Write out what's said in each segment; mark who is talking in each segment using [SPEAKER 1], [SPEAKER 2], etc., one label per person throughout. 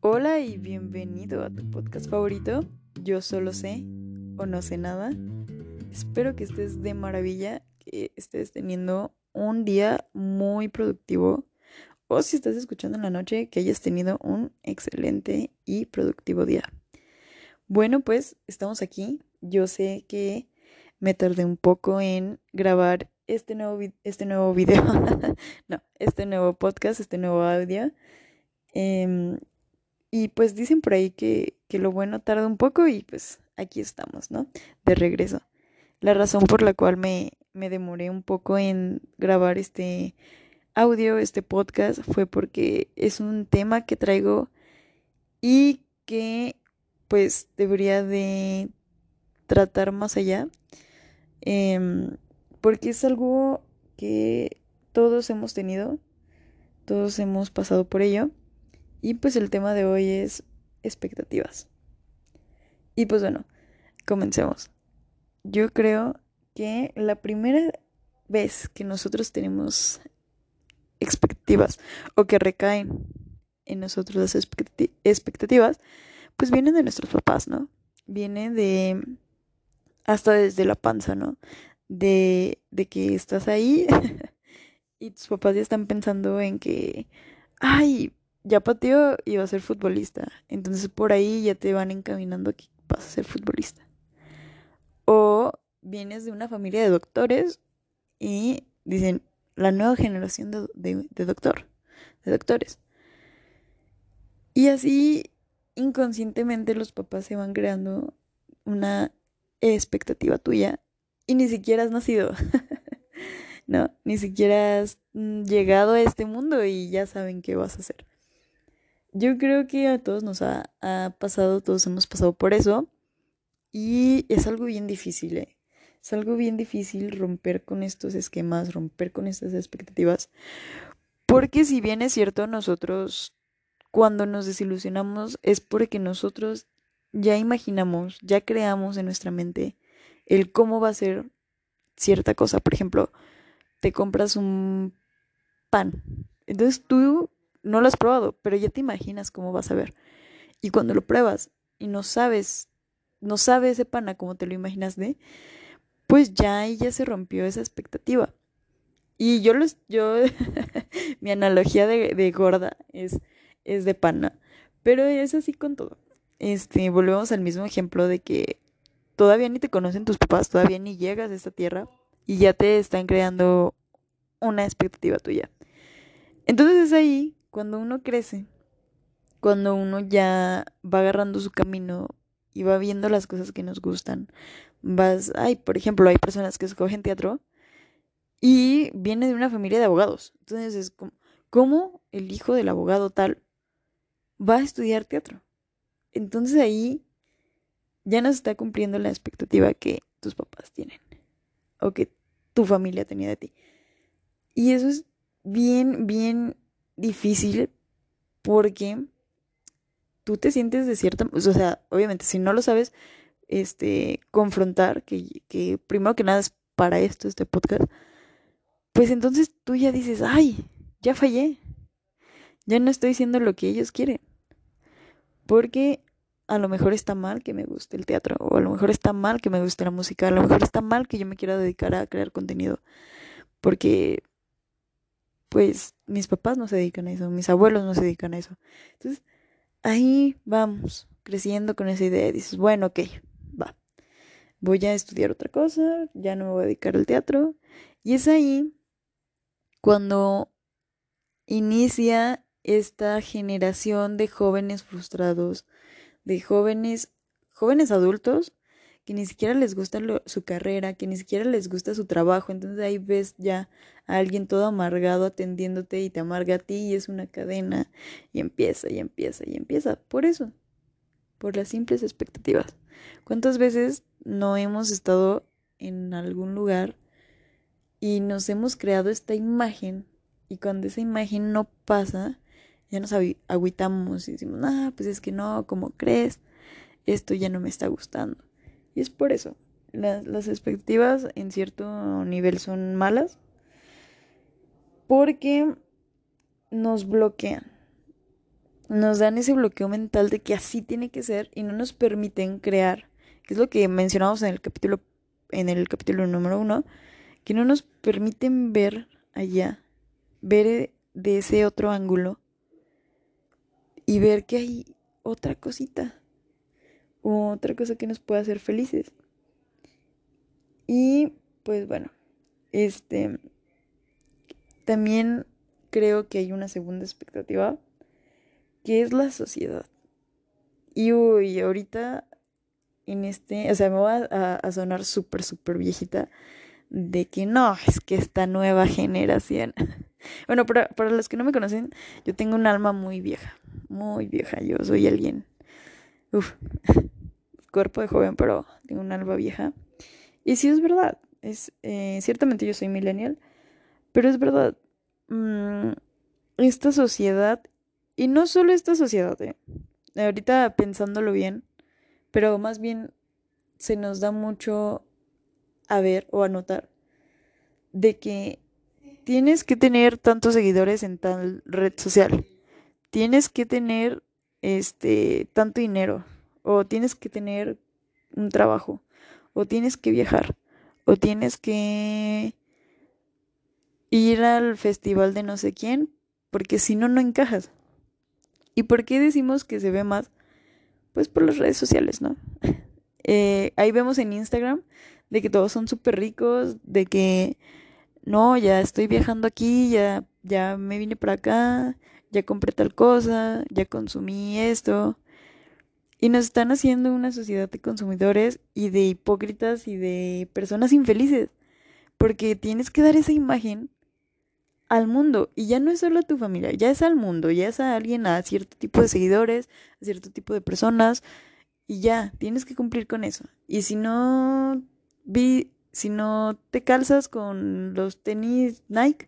[SPEAKER 1] Hola y bienvenido a tu podcast favorito. Yo solo sé o no sé nada. Espero que estés de maravilla, que estés teniendo un día muy productivo o si estás escuchando en la noche, que hayas tenido un excelente y productivo día. Bueno, pues estamos aquí. Yo sé que me tardé un poco en grabar este nuevo video, no, este nuevo podcast, este nuevo audio. Em, Y pues dicen por ahí que lo bueno tarda un poco y pues aquí estamos, ¿no? De regreso. La razón por la cual me demoré un poco en grabar este audio, este podcast, fue porque es un tema que traigo y que pues debería de tratar más allá, em, porque es algo que todos hemos tenido, todos hemos pasado por ello y pues el tema de hoy es expectativas. Y pues bueno, comencemos. Yo creo que la primera vez que nosotros tenemos expectativas o que recaen en nosotros las expectativas, pues vienen de nuestros papás, ¿no? Viene de hasta desde la panza, ¿no? De que estás ahí y tus papás ya están pensando en que, ay, ya pateó y va a ser futbolista. Entonces por ahí ya te van encaminando a que vas a ser futbolista. O vienes de una familia de doctores y dicen la nueva generación de doctores. Y así inconscientemente los papás se van creando una expectativa tuya y ni siquiera has nacido. No, ni siquiera has llegado a este mundo y ya saben qué vas a hacer. Yo creo que a todos nos ha pasado, todos hemos pasado por eso. Y es algo bien difícil, ¿eh? Es algo bien difícil romper con estos esquemas, romper con estas expectativas. Porque si bien es cierto, nosotros cuando nos desilusionamos es porque nosotros ya imaginamos, ya creamos en nuestra mente el cómo va a ser cierta cosa. Por ejemplo, te compras un pan. Entonces tú no lo has probado, pero ya te imaginas cómo vas a ver. Y cuando lo pruebas y no sabe ese pana como te lo imaginaste, pues ya ahí ya se rompió esa expectativa. Y mi analogía de gorda es de pana, pero es así con todo. Volvemos al mismo ejemplo de que todavía ni te conocen tus papás, todavía ni llegas a esta tierra y ya te están creando una expectativa tuya. Entonces es ahí cuando uno crece, cuando uno ya va agarrando su camino y va viendo las cosas que nos gustan. Por ejemplo, hay personas que escogen teatro y viene de una familia de abogados. Entonces es como, ¿cómo el hijo del abogado tal va a estudiar teatro? Entonces ahí ya no se está cumpliendo la expectativa que tus papás tienen o que tu familia tenía de ti. Y eso es bien, bien difícil porque tú te sientes de cierta, o sea, obviamente si no lo sabes, confrontar, que primero que nada es para esto, este podcast, pues entonces tú ya dices, ay, ya fallé, ya no estoy haciendo lo que ellos quieren, porque a lo mejor está mal que me guste el teatro, o a lo mejor está mal que me guste la música, a lo mejor está mal que yo me quiera dedicar a crear contenido, porque pues mis papás no se dedican a eso, mis abuelos no se dedican a eso. Entonces ahí vamos, creciendo con esa idea, y dices, bueno, ok, va, voy a estudiar otra cosa, ya no me voy a dedicar al teatro, y es ahí cuando inicia esta generación de jóvenes frustrados, de jóvenes adultos que ni siquiera les gusta su carrera, que ni siquiera les gusta su trabajo. Entonces ahí ves ya a alguien todo amargado atendiéndote y te amarga a ti y es una cadena y empieza y empieza y empieza. Por eso, por las simples expectativas. ¿Cuántas veces no hemos estado en algún lugar y nos hemos creado esta imagen y cuando esa imagen no pasa, ya nos agüitamos y decimos, ah, pues es que no, ¿cómo crees? Esto ya no me está gustando. Y es por eso, las expectativas en cierto nivel son malas porque nos bloquean. nos dan ese bloqueo mental de que así tiene que ser y no nos permiten crear, que es lo que mencionamos en el capítulo número 1, que no nos permiten ver allá, ver de ese otro ángulo y ver que hay otra cosita, o otra cosa que nos pueda hacer felices. Y pues bueno, este también creo que hay una segunda expectativa, que es la sociedad. Y uy, ahorita o sea, me voy a sonar súper, súper viejita, de que no, es que esta nueva generación. Bueno, para los que no me conocen, yo tengo un alma muy vieja, muy vieja. Yo soy alguien, uff, cuerpo de joven, pero tengo un alma vieja. Y sí es verdad, ciertamente yo soy millennial, pero es verdad, mm, esta sociedad, y no solo esta sociedad, ahorita pensándolo bien, pero más bien se nos da mucho a ver o a notar de que tienes que tener tantos seguidores en tal red social, tienes que tener tanto dinero, o tienes que tener un trabajo, o tienes que viajar, o tienes que ir al festival de no sé quién, porque si no, no encajas. ¿Y por qué decimos que se ve más? Pues por las redes sociales, ¿no? Ahí vemos en Instagram de que todos son súper ricos, de que no, ya estoy viajando aquí, ya me vine para acá, ya compré tal cosa, ya consumí esto. Y nos están haciendo una sociedad de consumidores y de hipócritas y de personas infelices, porque tienes que dar esa imagen al mundo. Y ya no es solo a tu familia, ya es al mundo, ya es a alguien, a cierto tipo de seguidores, a cierto tipo de personas. Y ya, tienes que cumplir con eso. Y si no te calzas con los tenis Nike,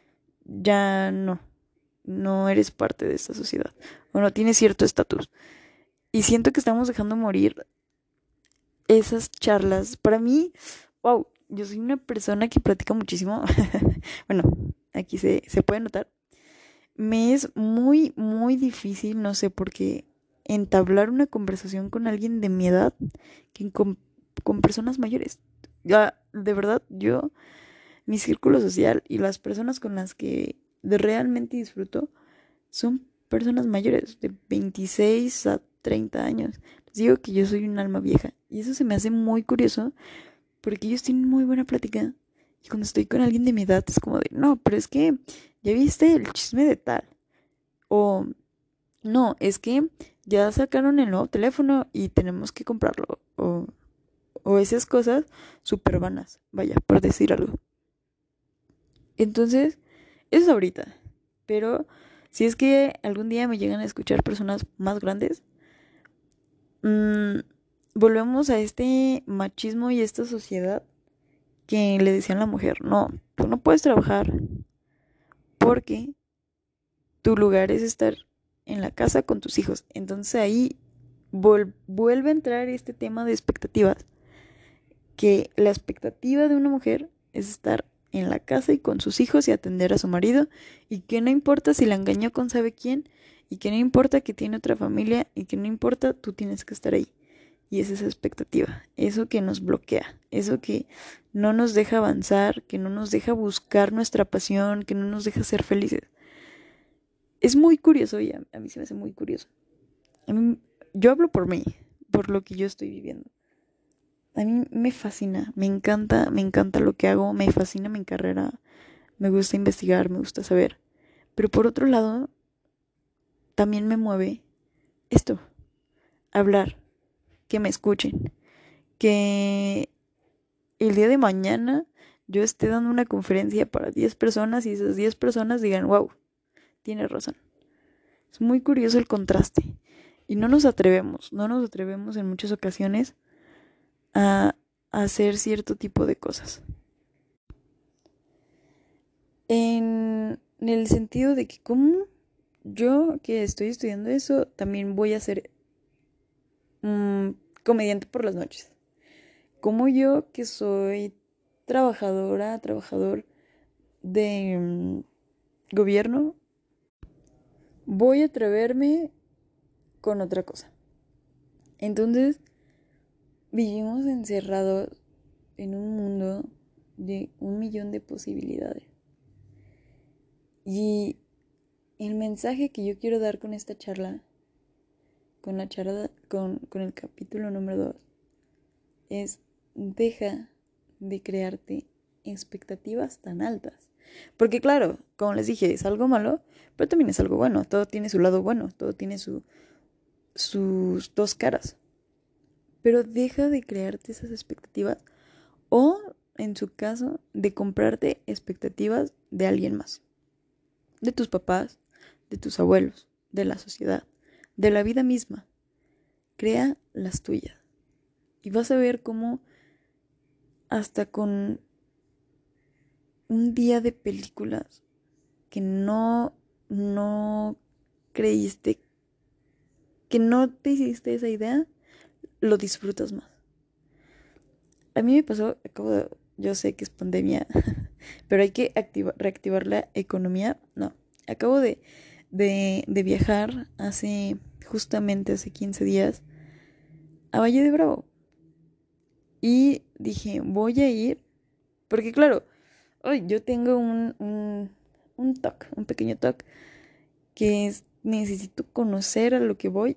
[SPEAKER 1] ya no eres parte de esta sociedad. O no tienes cierto estatus. Y siento que estamos dejando morir esas charlas. Para mí, wow, yo soy una persona que platica muchísimo. Bueno, aquí se puede notar. Me es muy, muy difícil, no sé por qué, entablar una conversación con alguien de mi edad que con personas mayores. Ya, de verdad, mi círculo social y las personas con las que realmente disfruto son personas mayores, de 26 a 30 años. Les digo que yo soy un alma vieja. Y eso se me hace muy curioso porque ellos tienen muy buena plática. Y cuando estoy con alguien de mi edad es como de, no, pero es que ya viste el chisme de tal. O no, es que ya sacaron el nuevo teléfono y tenemos que comprarlo. O esas cosas súper vanas, vaya, por decir algo. Entonces, eso es ahorita. Pero si es que algún día me llegan a escuchar personas más grandes, mm, volvemos a este machismo y esta sociedad que le decían a la mujer, no, tú no puedes trabajar porque tu lugar es estar en la casa con tus hijos. Entonces ahí vuelve a entrar este tema de expectativas, que la expectativa de una mujer es estar en la casa y con sus hijos y atender a su marido, y que no importa si la engañó con sabe quién, y que no importa que tiene otra familia, y que no importa, tú tienes que estar ahí. Y es esa expectativa, eso que nos bloquea, eso que no nos deja avanzar, que no nos deja buscar nuestra pasión, que no nos deja ser felices. Es muy curioso y a mí se me hace muy curioso. Yo hablo por mí, por lo que yo estoy viviendo. A mí me fascina, me encanta lo que hago, me fascina mi carrera, me gusta investigar, me gusta saber. Pero por otro lado, también me mueve esto, hablar, que me escuchen, que el día de mañana yo esté dando una conferencia para 10 personas y esas 10 personas digan, wow, tienes razón. Es muy curioso el contraste. Y no nos atrevemos en muchas ocasiones a hacer cierto tipo de cosas. En el sentido de que como yo que estoy estudiando eso, también voy a ser comediante por las noches. Como yo que soy trabajador de gobierno, voy a atreverme con otra cosa. Entonces, vivimos encerrados en un mundo de 1 millón de posibilidades. Y el mensaje que yo quiero dar con esta charla, con el capítulo número 2, es: deja de crearte expectativas tan altas. Porque claro, como les dije, es algo malo, pero también es algo bueno. Todo tiene su lado bueno, todo tiene sus dos caras. Pero deja de crearte esas expectativas, o, en su caso, de comprarte expectativas de alguien más. De tus papás, de tus abuelos, de la sociedad, de la vida misma. Crea las tuyas. Y vas a ver cómo hasta con un día de películas que no creíste, que no te hiciste esa idea, lo disfrutas más. A mí me pasó, yo sé que es pandemia, pero hay que reactivar la economía. No, acabo de viajar justamente hace 15 días a Valle de Bravo. Y dije, voy a ir, porque claro, hoy yo tengo un TOC, un pequeño TOC, que es: necesito conocer a lo que voy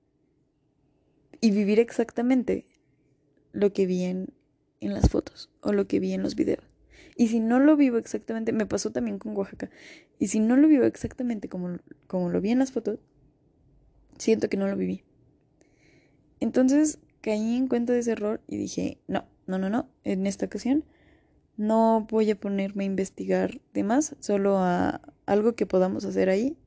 [SPEAKER 1] y vivir exactamente lo que vi en las fotos o lo que vi en los videos. Y si no lo vivo exactamente, me pasó también con Oaxaca, y si no lo vivo exactamente como lo vi en las fotos, siento que no lo viví. Entonces caí en cuenta de ese error y dije, no, en esta ocasión no voy a ponerme a investigar de más, solo a algo que podamos hacer ahí.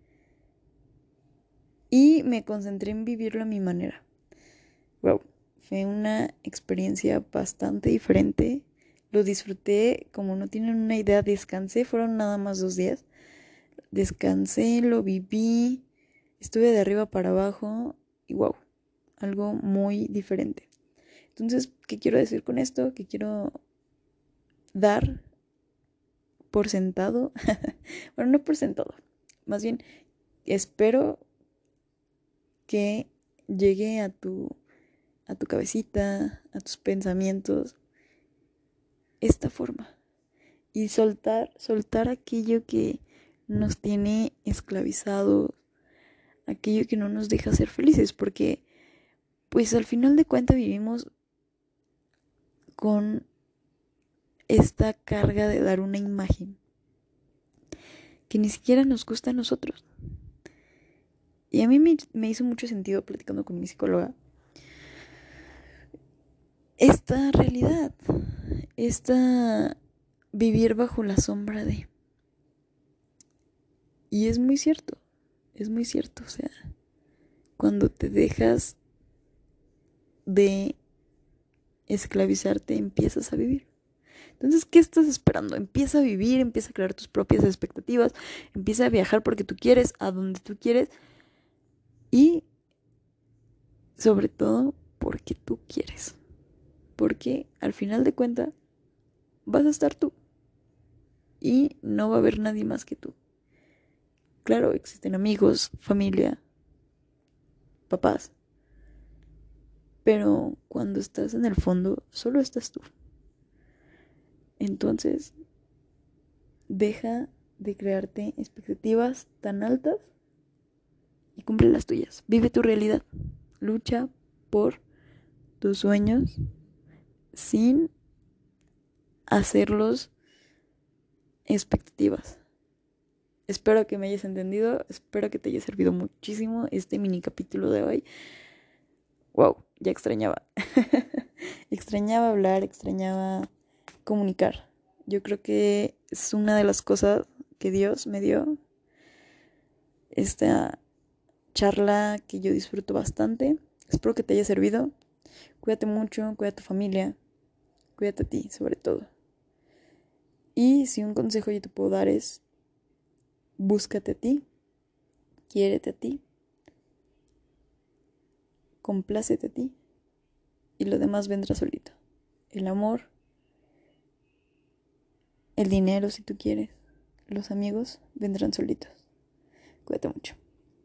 [SPEAKER 1] Y me concentré en vivirlo a mi manera. Wow, fue una experiencia bastante diferente. Lo disfruté como no tienen una idea. Descansé, fueron nada más 2 días. Descansé, lo viví, estuve de arriba para abajo y wow, algo muy diferente. Entonces, ¿qué quiero decir con esto? Que quiero dar por sentado, bueno, no por sentado, más bien espero que llegue a tu cabecita, a tus pensamientos, esta forma, y soltar aquello que nos tiene esclavizados, aquello que no nos deja ser felices, porque pues al final de cuentas vivimos con esta carga de dar una imagen que ni siquiera nos gusta a nosotros. Y a mí me hizo mucho sentido, platicando con mi psicóloga, esta realidad, esta vivir bajo la sombra de. Y es muy cierto, o sea, cuando te dejas de esclavizarte, empiezas a vivir. Entonces, ¿qué estás esperando? Empieza a vivir, empieza a crear tus propias expectativas, empieza a viajar porque tú quieres, a donde tú quieres, y sobre todo porque tú quieres. Porque al final de cuentas vas a estar tú y no va a haber nadie más que tú. Claro, existen amigos, familia, papás, pero cuando estás en el fondo, solo estás tú. Entonces, deja de crearte expectativas tan altas y cumple las tuyas. Vive tu realidad. Lucha por tus sueños sin hacerlos expectativas. Espero que me hayas entendido, espero que te haya servido muchísimo este mini capítulo de hoy. Wow, ya extrañaba. Extrañaba hablar, extrañaba comunicar. Yo creo que es una de las cosas que Dios me dio. Esta charla que yo disfruto bastante. Espero que te haya servido. Cuídate mucho, cuida a tu familia, cuídate a ti sobre todo. Y si un consejo yo te puedo dar es: búscate a ti, quiérete a ti, complácete a ti, y lo demás vendrá solito. El amor, el dinero si tú quieres, los amigos vendrán solitos. Cuídate mucho.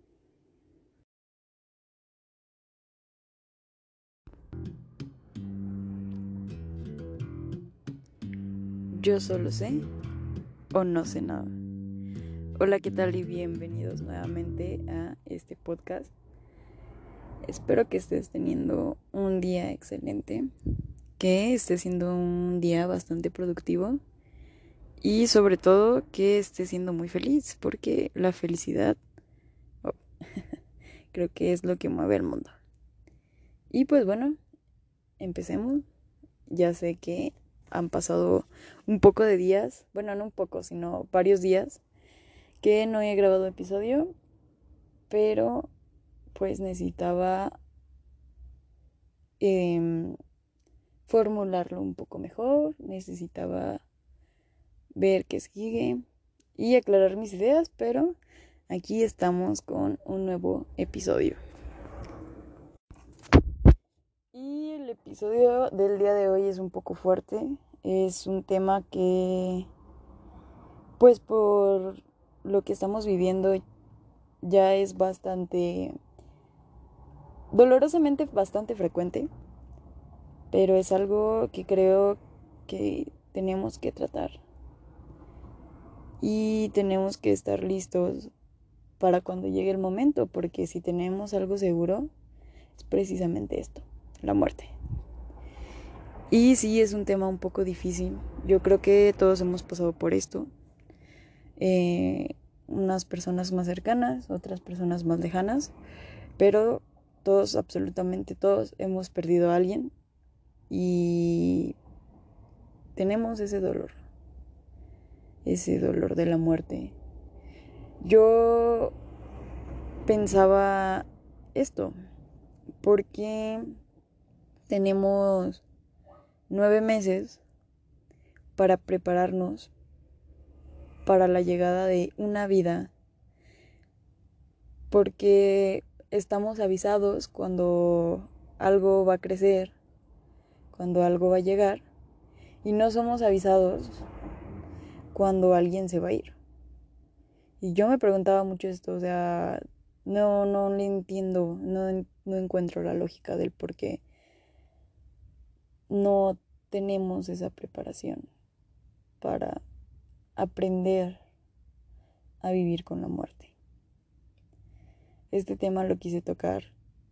[SPEAKER 1] Yo solo sé o no sé nada. Hola, ¿qué tal? Y bienvenidos nuevamente a este podcast. Espero que estés teniendo un día excelente, que esté siendo un día bastante productivo y sobre todo que estés siendo muy feliz, porque la felicidad creo que es lo que mueve el mundo. Y pues bueno, empecemos. Ya sé que han pasado un poco de días, bueno, no un poco, sino varios días que no he grabado episodio, pero pues necesitaba em, formularlo un poco mejor, necesitaba ver qué sigue y aclarar mis ideas, pero aquí estamos con un nuevo episodio. Y el episodio del día de hoy es un poco fuerte, es un tema que pues por lo que estamos viviendo ya es dolorosamente bastante frecuente, pero es algo que creo que tenemos que tratar y tenemos que estar listos para cuando llegue el momento, porque si tenemos algo seguro es precisamente esto, la muerte. Y sí, es un tema un poco difícil. Yo creo que todos hemos pasado por esto. Unas personas más cercanas, otras personas más lejanas, pero todos, absolutamente todos, hemos perdido a alguien y tenemos ese dolor de la muerte. Yo pensaba esto, porque tenemos 9 meses para prepararnos para la llegada de una vida, porque estamos avisados cuando algo va a crecer, cuando algo va a llegar, y no somos avisados cuando alguien se va a ir. Y yo me preguntaba mucho esto, o sea, no le entiendo, no encuentro la lógica del por qué no tenemos esa preparación para aprender a vivir con la muerte. Este tema lo quise tocar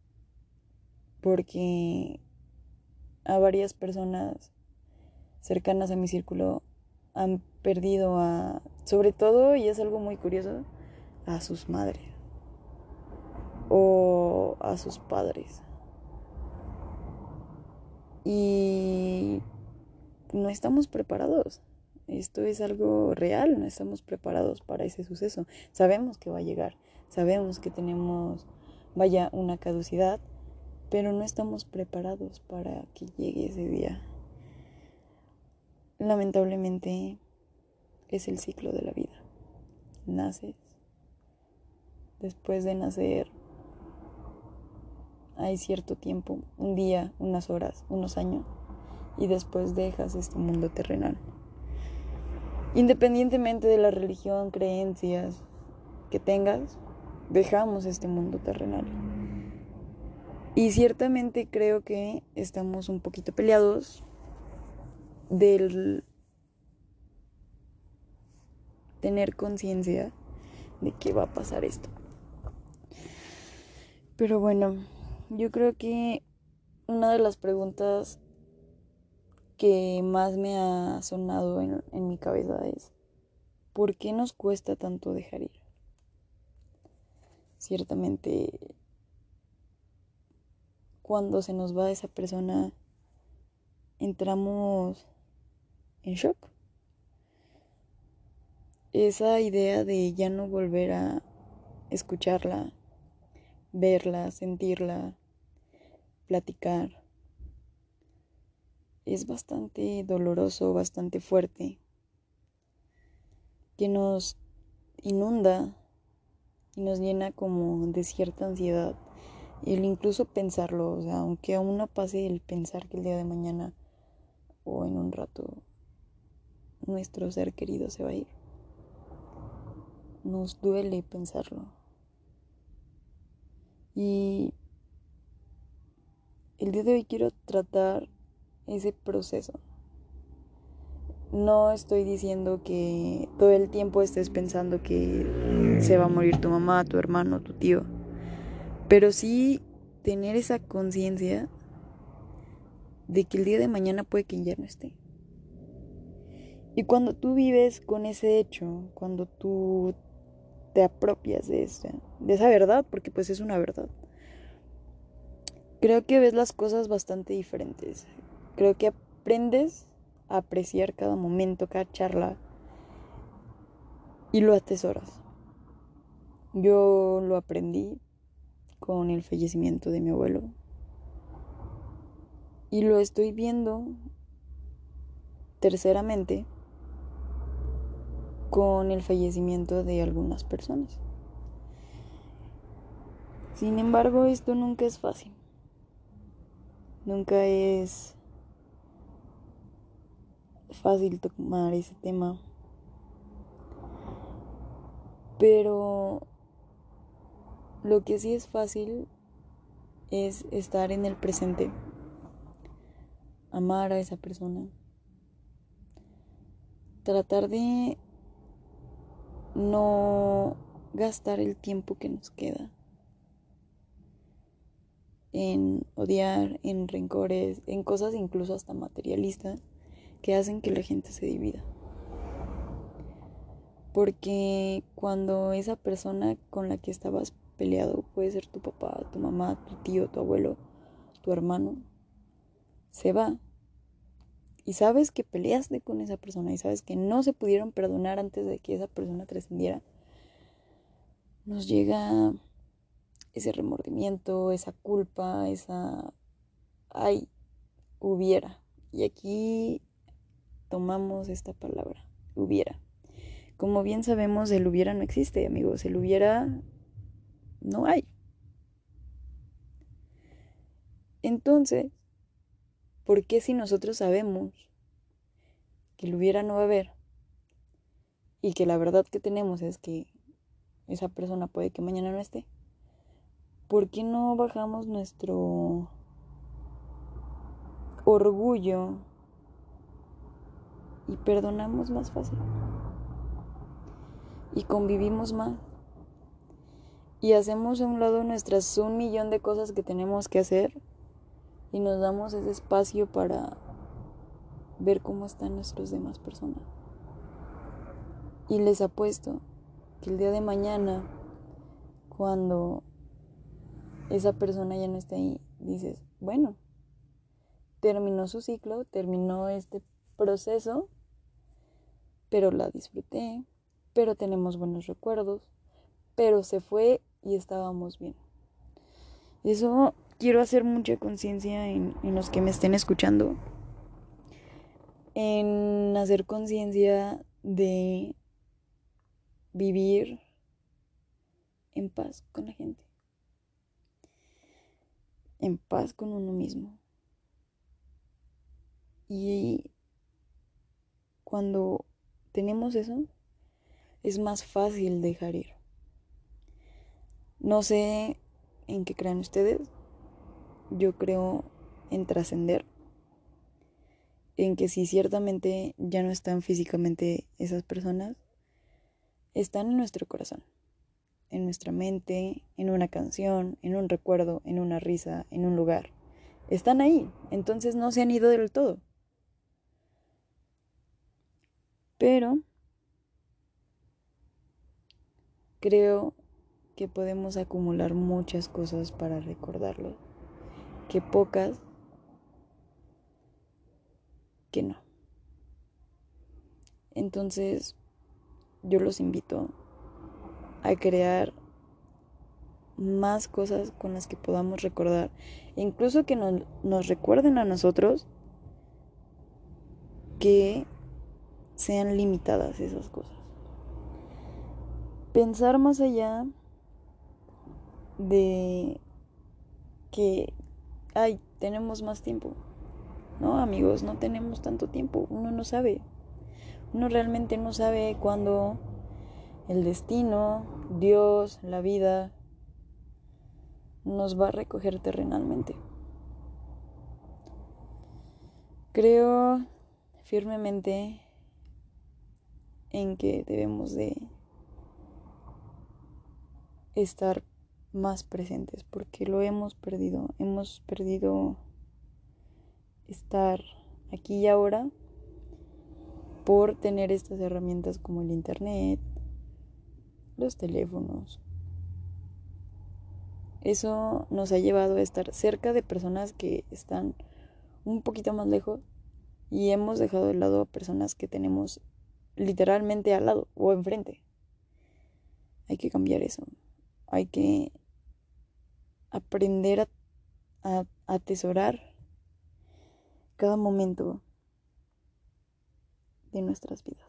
[SPEAKER 1] porque a varias personas cercanas a mi círculo han perdido sobre todo, y es algo muy curioso, a sus madres o a sus padres. Y no estamos preparados. Esto es algo real, no estamos preparados para ese suceso. Sabemos que va a llegar, sabemos que tenemos, una caducidad, pero no estamos preparados para que llegue ese día. Lamentablemente es el ciclo de la vida. Naces, después de nacer hay cierto tiempo, un día, unas horas, unos años, y después dejas este mundo terrenal. Independientemente de la religión, creencias que tengas, dejamos este mundo terrenal. Y ciertamente creo que estamos un poquito peleados del tener conciencia de que va a pasar esto. Pero bueno, yo creo que una de las preguntas que más me ha sonado en mi cabeza es: ¿por qué nos cuesta tanto dejar ir? Ciertamente, cuando se nos va esa persona, entramos en shock. Esa idea de ya no volver a escucharla, verla, sentirla, platicar, es bastante doloroso, bastante fuerte, que nos inunda y nos llena como de cierta ansiedad. El incluso pensarlo, o sea, aunque aún no pase, el pensar que el día de mañana o en un rato nuestro ser querido se va a ir, nos duele pensarlo. Y el día de hoy quiero tratar ese proceso, no estoy diciendo que todo el tiempo estés pensando que se va a morir tu mamá, tu hermano, tu tío. Pero sí tener esa conciencia de que el día de mañana puede que ya no esté. Y cuando tú vives con ese hecho, cuando tú te apropias de esa verdad, porque pues es una verdad, creo que ves las cosas bastante diferentes. Creo que aprendes a apreciar cada momento, cada charla, y lo atesoras. Yo lo aprendí con el fallecimiento de mi abuelo. Y lo estoy viendo terceramente con el fallecimiento de algunas personas. Sin embargo, esto nunca es fácil. Nunca es fácil tomar ese tema. Pero lo que sí es fácil es estar en el presente. Amar a esa persona. Tratar de no gastar el tiempo que nos queda en odiar, en rencores, en cosas incluso hasta materialistas que hacen que la gente se divida. Porque cuando esa persona con la que estabas peleado, puede ser tu papá, tu mamá, tu tío, tu abuelo, tu hermano, se va, y sabes que peleaste con esa persona y sabes que no se pudieron perdonar antes de que esa persona trascendiera, nos llega ese remordimiento, esa culpa, ay, hubiera. Y aquí tomamos esta palabra, hubiera. Como bien sabemos, el hubiera no existe, amigos. El hubiera no hay. Entonces, ¿por qué si nosotros sabemos que el hubiera no va a haber y que la verdad que tenemos es que esa persona puede que mañana no esté? ¿Por qué no bajamos nuestro orgullo y perdonamos más fácil? Y convivimos más. Y hacemos a un lado nuestras 1,000,000 de cosas que tenemos que hacer y nos damos ese espacio para ver cómo están nuestras demás personas. Y les apuesto que el día de mañana, cuando esa persona ya no esté ahí, dices, bueno, terminó su ciclo, terminó este proceso, pero la disfruté, pero tenemos buenos recuerdos, pero se fue y estábamos bien. Eso quiero hacer mucha conciencia en los que me estén escuchando, en hacer conciencia de vivir en paz con la gente, en paz con uno mismo. Y cuando tenemos eso, es más fácil dejar ir. No sé en qué crean ustedes. Yo creo en trascender, en que si ciertamente ya no están físicamente esas personas, están en nuestro corazón, en nuestra mente, en una canción, en un recuerdo, en una risa, en un lugar. Están ahí, entonces no se han ido del todo. Pero creo que podemos acumular muchas cosas para recordarlo, que pocas que no. Entonces yo los invito a crear más cosas con las que podamos recordar, e incluso que nos recuerden a nosotros que sean limitadas esas cosas. Pensar más allá de que, ay, tenemos más tiempo. No, amigos, no tenemos tanto tiempo. Uno no sabe. Uno realmente no sabe cuándo el destino, Dios, la vida nos va a recoger terrenalmente. Creo firmemente en que debemos de estar más presentes, porque lo hemos perdido. Hemos perdido estar aquí y ahora por tener estas herramientas como el internet, los teléfonos. Eso nos ha llevado a estar cerca de personas que están un poquito más lejos y hemos dejado de lado a personas que tenemos literalmente al lado o enfrente. Hay que cambiar eso. Hay que aprender a atesorar cada momento de nuestras vidas.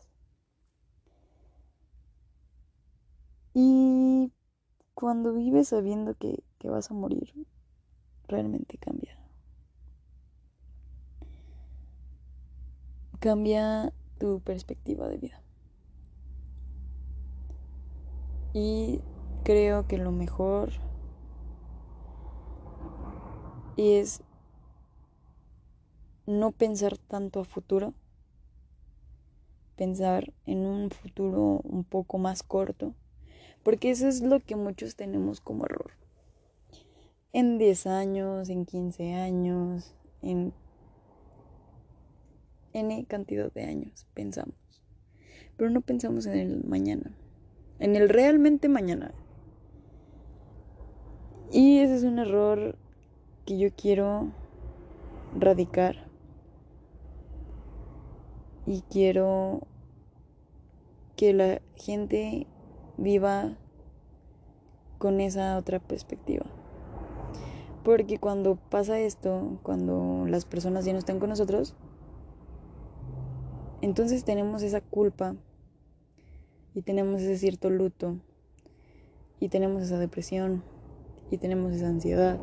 [SPEAKER 1] Y cuando vives sabiendo que vas a morir, realmente cambia. Cambia tu perspectiva de vida. Y creo que lo mejor es no pensar tanto a futuro, pensar en un futuro un poco más corto, porque eso es lo que muchos tenemos como error. En 10 años, en 15 años, en N cantidad de años pensamos, pero no pensamos en el mañana, en el realmente mañana. Y ese es un error que yo quiero radicar y quiero que la gente viva con esa otra perspectiva. Porque cuando pasa esto, cuando las personas ya no están con nosotros, entonces tenemos esa culpa y tenemos ese cierto luto y tenemos esa depresión y tenemos esa ansiedad.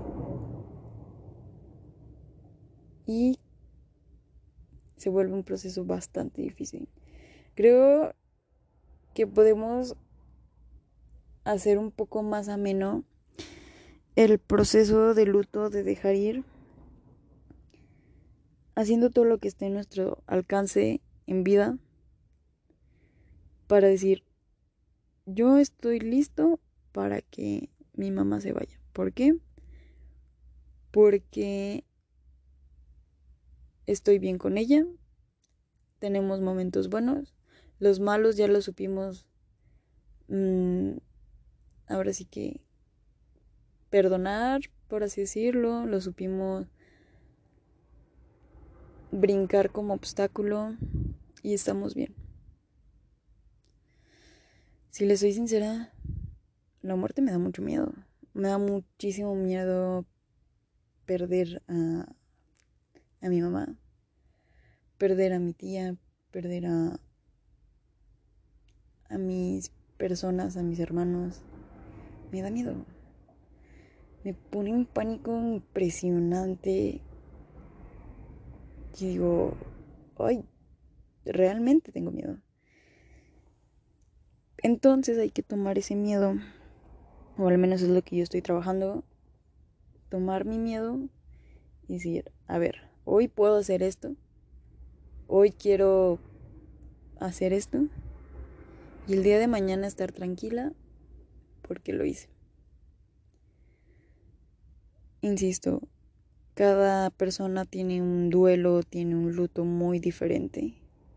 [SPEAKER 1] Y se vuelve un proceso bastante difícil. Creo que podemos hacer un poco más ameno el proceso de luto, de dejar ir, haciendo todo lo que esté en nuestro alcance en vida para decir, yo estoy listo para que mi mamá se vaya. ¿Por qué? Porque estoy bien con ella, tenemos momentos buenos, los malos ya los supimos, ahora sí que perdonar, por así decirlo, lo supimos brincar como obstáculo y estamos bien. Si les soy sincera, la muerte me da mucho miedo. Me da muchísimo miedo perder a mi mamá, perder a mi tía, perder a mis personas, a mis hermanos. Me da miedo. Me pone un pánico impresionante. Y digo, ay, realmente tengo miedo. Entonces hay que tomar ese miedo, o al menos es lo que yo estoy trabajando, tomar mi miedo y decir, a ver, hoy puedo hacer esto, hoy quiero hacer esto, y el día de mañana estar tranquila porque lo hice. Insisto, cada persona tiene un duelo, tiene un luto muy diferente.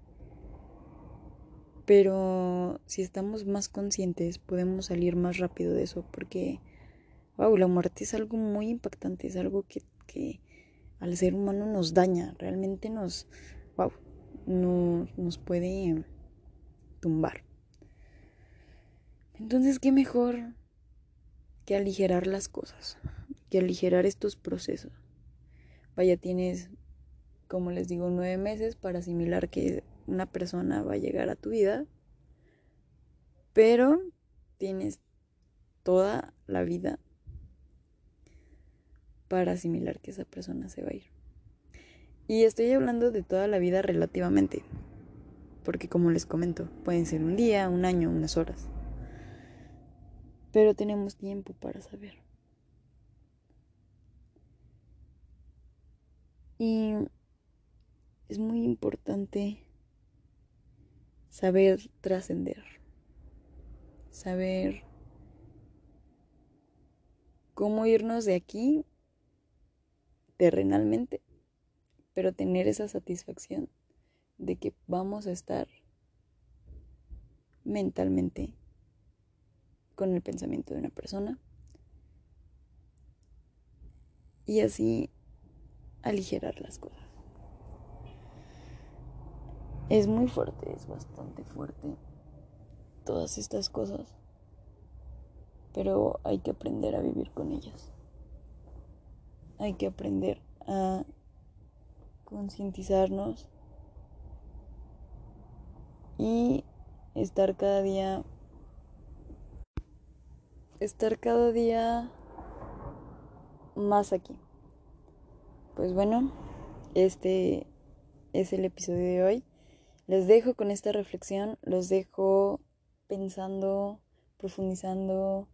[SPEAKER 1] Pero si estamos más conscientes, podemos salir más rápido de eso porque, wow, la muerte es algo muy impactante, es algo que al ser humano nos daña, realmente wow, nos puede tumbar. Entonces, ¿qué mejor que aligerar las cosas, que aligerar estos procesos? Vaya, tienes, como les digo, 9 meses para asimilar que una persona va a llegar a tu vida, pero tienes toda la vida para asimilar que esa persona se va a ir. Y estoy hablando de toda la vida relativamente, porque como les comento, pueden ser un día, un año, unas horas. Pero tenemos tiempo para saber. Y es muy importante saber trascender, saber cómo irnos de aquí terrenalmente, pero tener esa satisfacción de que vamos a estar mentalmente con el pensamiento de una persona y así aligerar las cosas. Es muy fuerte, es bastante fuerte todas estas cosas, pero hay que aprender a vivir con ellas. Hay que aprender a concientizarnos y estar cada día más aquí. Pues bueno, este es el episodio de hoy. Les dejo con esta reflexión, los dejo pensando, profundizando,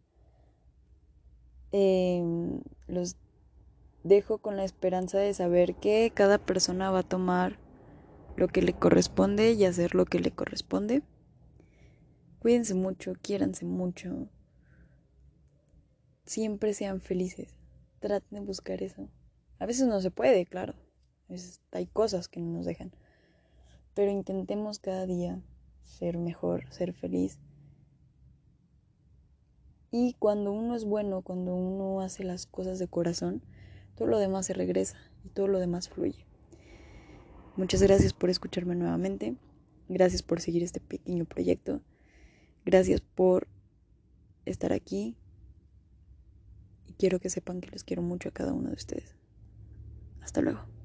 [SPEAKER 1] los dejo con la esperanza de saber que cada persona va a tomar lo que le corresponde y hacer lo que le corresponde. Cuídense mucho, quiéranse mucho, siempre sean felices, traten de buscar eso. A veces no se puede, claro, a veces hay cosas que no nos dejan, pero intentemos cada día ser mejor, ser feliz. Y cuando uno es bueno, cuando uno hace las cosas de corazón, todo lo demás se regresa y todo lo demás fluye. Muchas gracias por escucharme nuevamente. Gracias por seguir este pequeño proyecto. Gracias por estar aquí. Y quiero que sepan que los quiero mucho a cada uno de ustedes. Hasta luego.